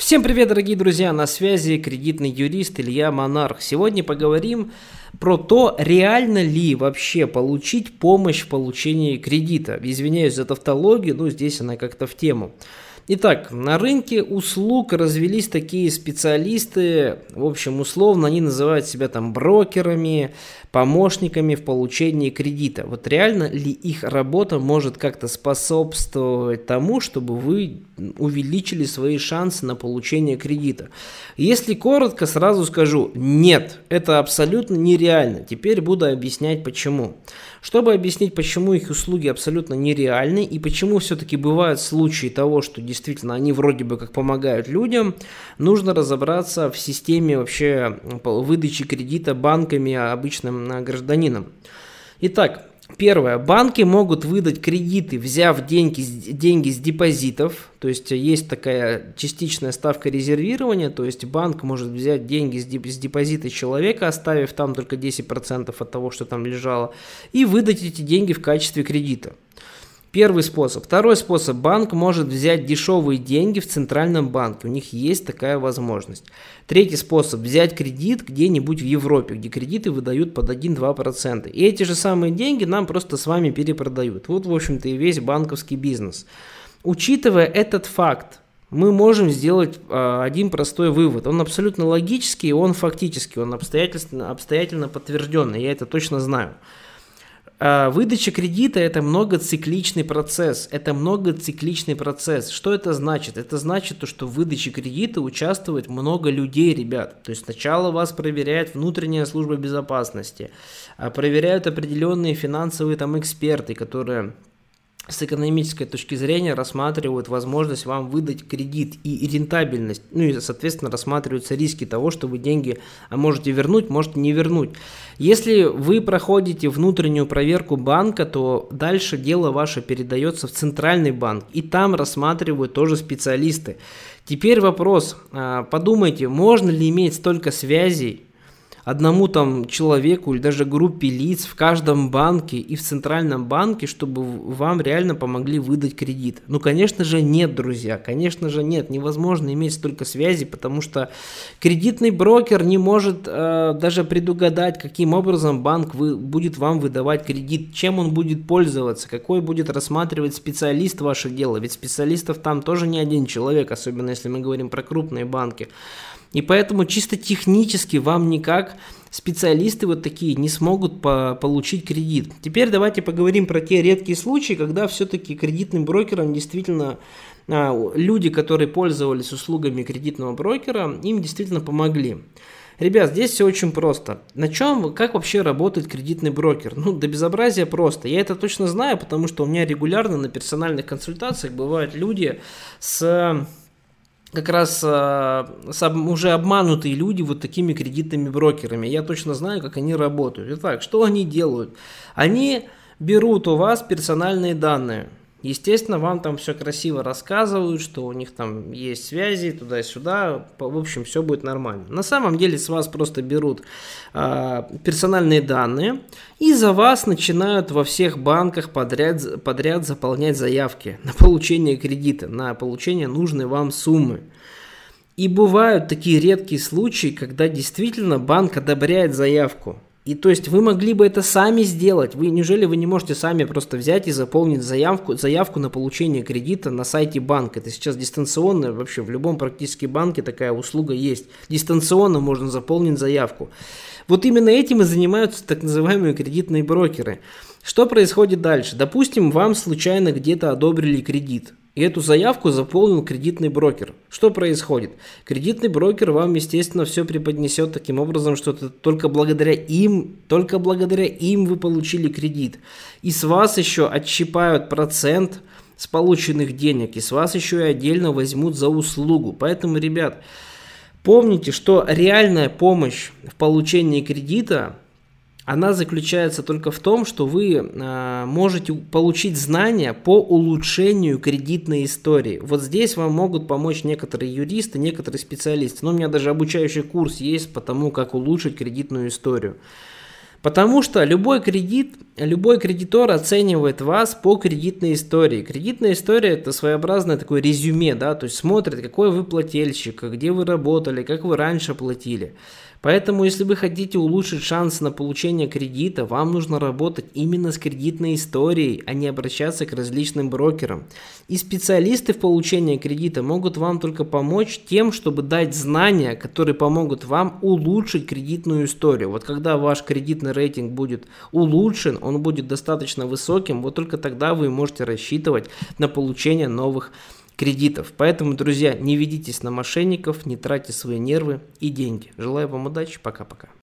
Всем привет, дорогие друзья, на связи кредитный юрист Илья Монарх. Сегодня поговорим про то, реально ли вообще получить помощь в получении кредита. Извиняюсь за тавтологию, но здесь она как-то в тему. Итак, на рынке услуг развелись такие специалисты, в общем, условно они называют себя там брокерами, помощниками в получении кредита. Вот реально ли их работа может как-то способствовать тому, чтобы вы увеличили свои шансы на получение кредита? Если коротко, сразу скажу, нет, это абсолютно нереально. Теперь буду объяснять почему. Чтобы объяснить, почему их услуги абсолютно нереальны и почему все-таки бывают случаи того, что действительно они вроде бы как помогают людям, нужно разобраться в системе вообще выдачи кредита банками обычным гражданинам. Итак, первое. Банки могут выдать кредиты, взяв деньги с депозитов, то есть есть такая частичная ставка резервирования, то есть банк может взять деньги с депозита человека, оставив там только 10% от того, что там лежало, и выдать эти деньги в качестве кредита. Первый способ. Второй способ. Банк может взять дешевые деньги в центральном банке. У них есть такая возможность. Третий способ. Взять кредит где-нибудь в Европе, где кредиты выдают под 1-2%. И эти же самые деньги нам просто с вами перепродают. Вот, в общем-то, и весь банковский бизнес. Учитывая этот факт, мы можем сделать один простой вывод. Он абсолютно логический, он фактический, он обстоятельно подтвержденный. Я это точно знаю. Выдача кредита – это многоцикличный процесс. Что это значит? Это значит, что в выдаче кредита участвует много людей, ребят. То есть сначала вас проверяет внутренняя служба безопасности, проверяют определенные финансовые там эксперты, которые с экономической точки зрения рассматривают возможность вам выдать кредит и рентабельность, ну и, соответственно, рассматриваются риски того, что вы деньги можете вернуть, можете не вернуть. Если вы проходите внутреннюю проверку банка, то дальше дело ваше передается в центральный банк, и там рассматривают тоже специалисты. Теперь вопрос, подумайте, можно ли иметь столько связей одному там человеку или даже группе лиц в каждом банке и в центральном банке, чтобы вам реально помогли выдать кредит? Ну, конечно же, нет, друзья, конечно же, нет. Невозможно иметь столько связей, потому что кредитный брокер не может даже предугадать, каким образом банк будет вам выдавать кредит, чем он будет пользоваться, какой будет рассматривать специалист ваше дело. Ведь специалистов там тоже не один человек, особенно если мы говорим про крупные банки. И поэтому чисто технически вам никак специалисты вот такие не смогут получить кредит. Теперь давайте поговорим про те редкие случаи, когда все-таки кредитным брокерам действительно люди, которые пользовались услугами кредитного брокера, им действительно помогли. Ребят, здесь все очень просто. Как вообще работает кредитный брокер? Ну, до безобразия просто. Я это точно знаю, потому что у меня регулярно на персональных консультациях бывают люди как раз уже обманутые люди вот такими кредитными брокерами. Я точно знаю, как они работают. Итак, что они делают? Они берут у вас персональные данные. Естественно, вам там все красиво рассказывают, что у них там есть связи туда-сюда. В общем, все будет нормально. На самом деле с вас просто берут персональные данные и за вас начинают во всех банках подряд заполнять заявки на получение кредита, на получение нужной вам суммы. И бывают такие редкие случаи, когда действительно банк одобряет заявку. И то есть вы могли бы это сами сделать. Неужели вы не можете сами просто взять и заполнить заявку на получение кредита на сайте банка? Это сейчас дистанционно, вообще в любом практически банке такая услуга есть. Дистанционно можно заполнить заявку. Вот именно этим и занимаются так называемые кредитные брокеры. Что происходит дальше? Допустим, вам случайно где-то одобрили кредит. И эту заявку заполнил кредитный брокер. Что происходит? Кредитный брокер вам, естественно, все преподнесет таким образом, что только благодаря им вы получили кредит. И с вас еще отщипают процент с полученных денег. И с вас еще и отдельно возьмут за услугу. Поэтому, ребят, помните, что реальная помощь в получении кредита, она заключается только в том, что вы можете получить знания по улучшению кредитной истории. Вот здесь вам могут помочь некоторые юристы, некоторые специалисты. Но у меня даже обучающий курс есть по тому, как улучшить кредитную историю. Потому что любой кредитор оценивает вас по кредитной истории. Кредитная история – это своеобразное такое резюме, да, то есть смотрит, какой вы плательщик, где вы работали, как вы раньше платили. Поэтому, если вы хотите улучшить шанс на получение кредита, вам нужно работать именно с кредитной историей, а не обращаться к различным брокерам. И специалисты в получении кредита могут вам только помочь тем, чтобы дать знания, которые помогут вам улучшить кредитную историю. Вот когда ваш кредитный рейтинг будет улучшен, он будет достаточно высоким, вот только тогда вы можете рассчитывать на получение новых кредитов. Поэтому, друзья, не ведитесь на мошенников, не тратьте свои нервы и деньги. Желаю вам удачи. Пока-пока.